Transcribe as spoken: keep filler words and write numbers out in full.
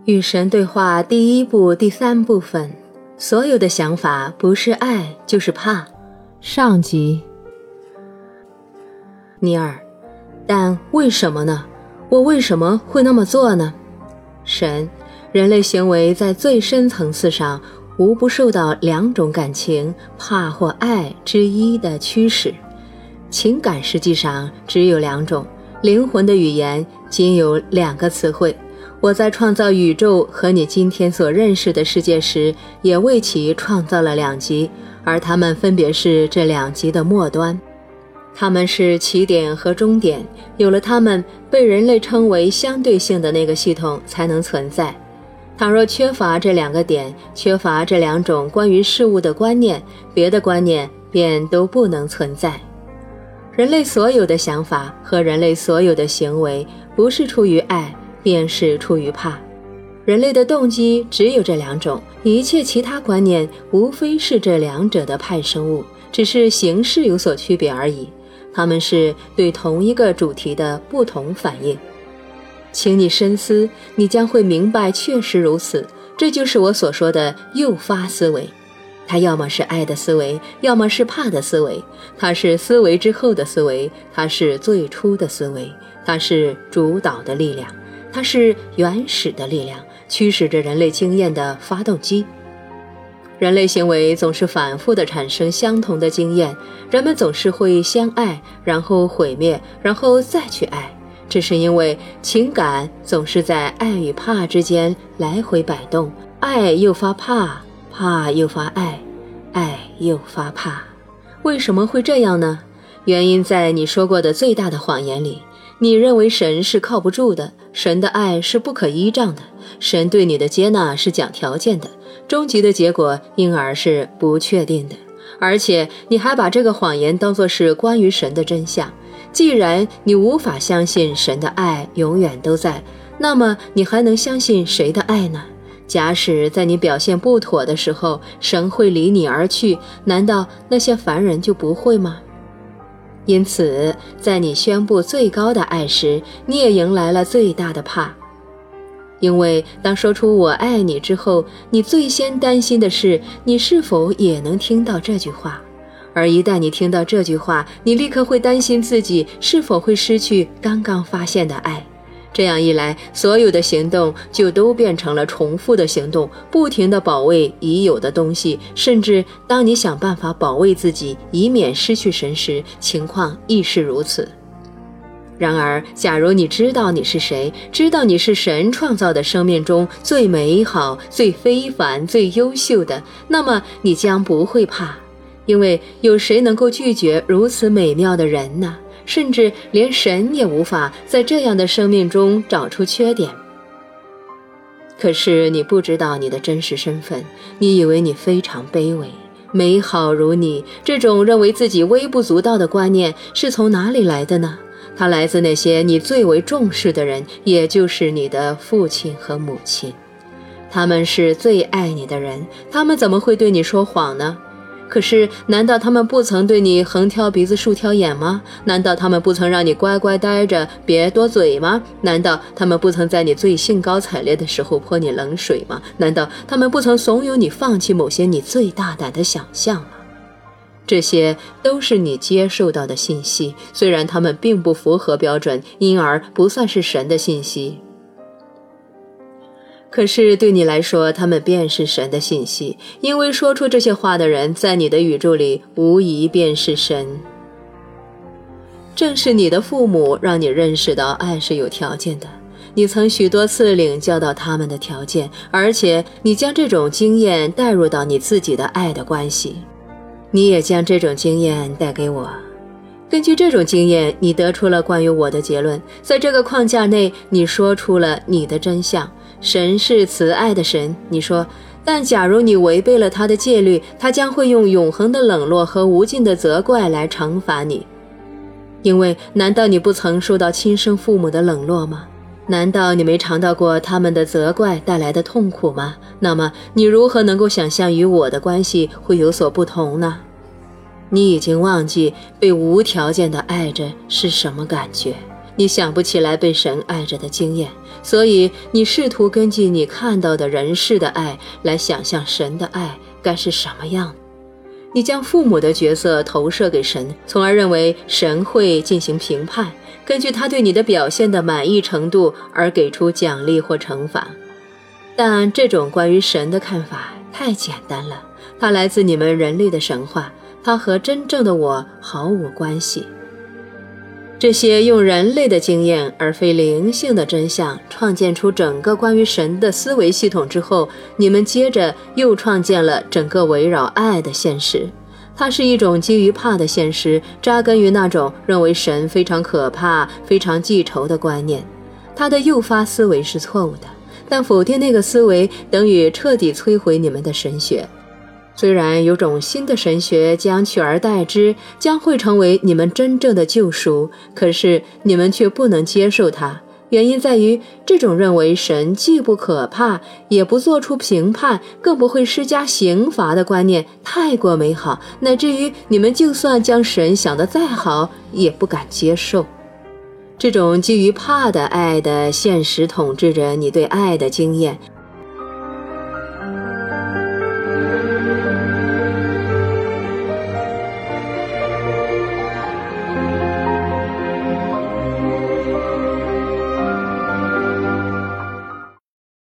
与神对话第一部第三部分，所有的想法不是爱就是怕。上集。尼尔，但为什么呢？我为什么会那么做呢？神，人类行为在最深层次上无不受到两种感情，怕或爱之一的驱使。情感实际上只有两种，灵魂的语言仅有两个词汇。我在创造宇宙和你今天所认识的世界时，也为其创造了两极，而它们分别是这两极的末端。它们是起点和终点，有了它们，被人类称为相对性的那个系统才能存在。倘若缺乏这两个点，缺乏这两种关于事物的观念，别的观念便都不能存在。人类所有的想法和人类所有的行为，不是出于爱，便是出于怕。人类的动机只有这两种，一切其他观念无非是这两者的派生物，只是形式有所区别而已。它们是对同一个主题的不同反应。请你深思，你将会明白确实如此。这就是我所说的诱发思维。它要么是爱的思维，要么是怕的思维。它是思维之后的思维，它是最初的思维，它是主导的力量，它是原始的力量，驱使着人类经验的发动机。人类行为总是反复地产生相同的经验，人们总是会先爱，然后毁灭，然后再去爱。这是因为情感总是在爱与怕之间来回摆动，爱诱发怕，怕诱发爱，爱诱发怕。为什么会这样呢？原因在你说过的最大的谎言里。你认为神是靠不住的，神的爱是不可依仗的，神对你的接纳是讲条件的，终极的结果因而是不确定的。而且你还把这个谎言当作是关于神的真相。既然你无法相信神的爱永远都在，那么你还能相信谁的爱呢？假使在你表现不妥的时候，神会离你而去，难道那些凡人就不会吗？因此，在你宣布最高的爱时，你也迎来了最大的怕。因为当说出我爱你之后，你最先担心的是你是否也能听到这句话。而一旦你听到这句话，你立刻会担心自己是否会失去刚刚发现的爱。这样一来，所有的行动就都变成了重复的行动，不停地保卫已有的东西，甚至当你想办法保卫自己以免失去神时，情况亦是如此。然而，假如你知道你是谁，知道你是神创造的生命中最美好、最非凡、最优秀的，那么你将不会怕，因为有谁能够拒绝如此美妙的人呢？甚至连神也无法在这样的生命中找出缺点。可是你不知道你的真实身份，你以为你非常卑微，美好如你，这种认为自己微不足道的观念是从哪里来的呢？它来自那些你最为重视的人，也就是你的父亲和母亲。他们是最爱你的人，他们怎么会对你说谎呢？可是难道他们不曾对你横挑鼻子竖挑眼吗？难道他们不曾让你乖乖待着别多嘴吗？难道他们不曾在你最兴高采烈的时候泼你冷水吗？难道他们不曾怂恿你放弃某些你最大胆的想象吗？这些都是你接受到的信息，虽然他们并不符合标准，因而不算是神的信息。可是对你来说，他们便是神的信息，因为说出这些话的人在你的宇宙里无疑便是神。正是你的父母让你认识到爱是有条件的，你曾许多次领教到他们的条件，而且你将这种经验带入到你自己的爱的关系。你也将这种经验带给我。根据这种经验，你得出了关于我的结论。在这个框架内，你说出了你的真相。神是慈爱的神，你说，但假如你违背了他的戒律，他将会用永恒的冷落和无尽的责怪来惩罚你。因为难道你不曾受到亲生父母的冷落吗？难道你没尝到过他们的责怪带来的痛苦吗？那么你如何能够想象与我的关系会有所不同呢？你已经忘记被无条件的爱着是什么感觉， 你想不起来被神爱着的经验，所以你试图根据你看到的人世的爱来想象神的爱该是什么样。你将父母的角色投射给神，从而认为神会进行评判，根据他对你的表现的满意程度而给出奖励或惩罚。但这种关于神的看法太简单了，它来自你们人类的神话，它和真正的我毫无关系。这些用人类的经验而非灵性的真相创建出整个关于神的思维系统之后，你们接着又创建了整个围绕爱的现实。它是一种基于怕的现实，扎根于那种认为神非常可怕、非常记仇的观念。它的诱发思维是错误的，但否定那个思维等于彻底摧毁你们的神学。虽然有种新的神学将取而代之，将会成为你们真正的救赎，可是你们却不能接受它。原因在于，这种认为神既不可怕，也不做出评判，更不会施加刑罚的观念太过美好，乃至于你们就算将神想得再好，也不敢接受。这种基于怕的爱的现实统治着你对爱的经验，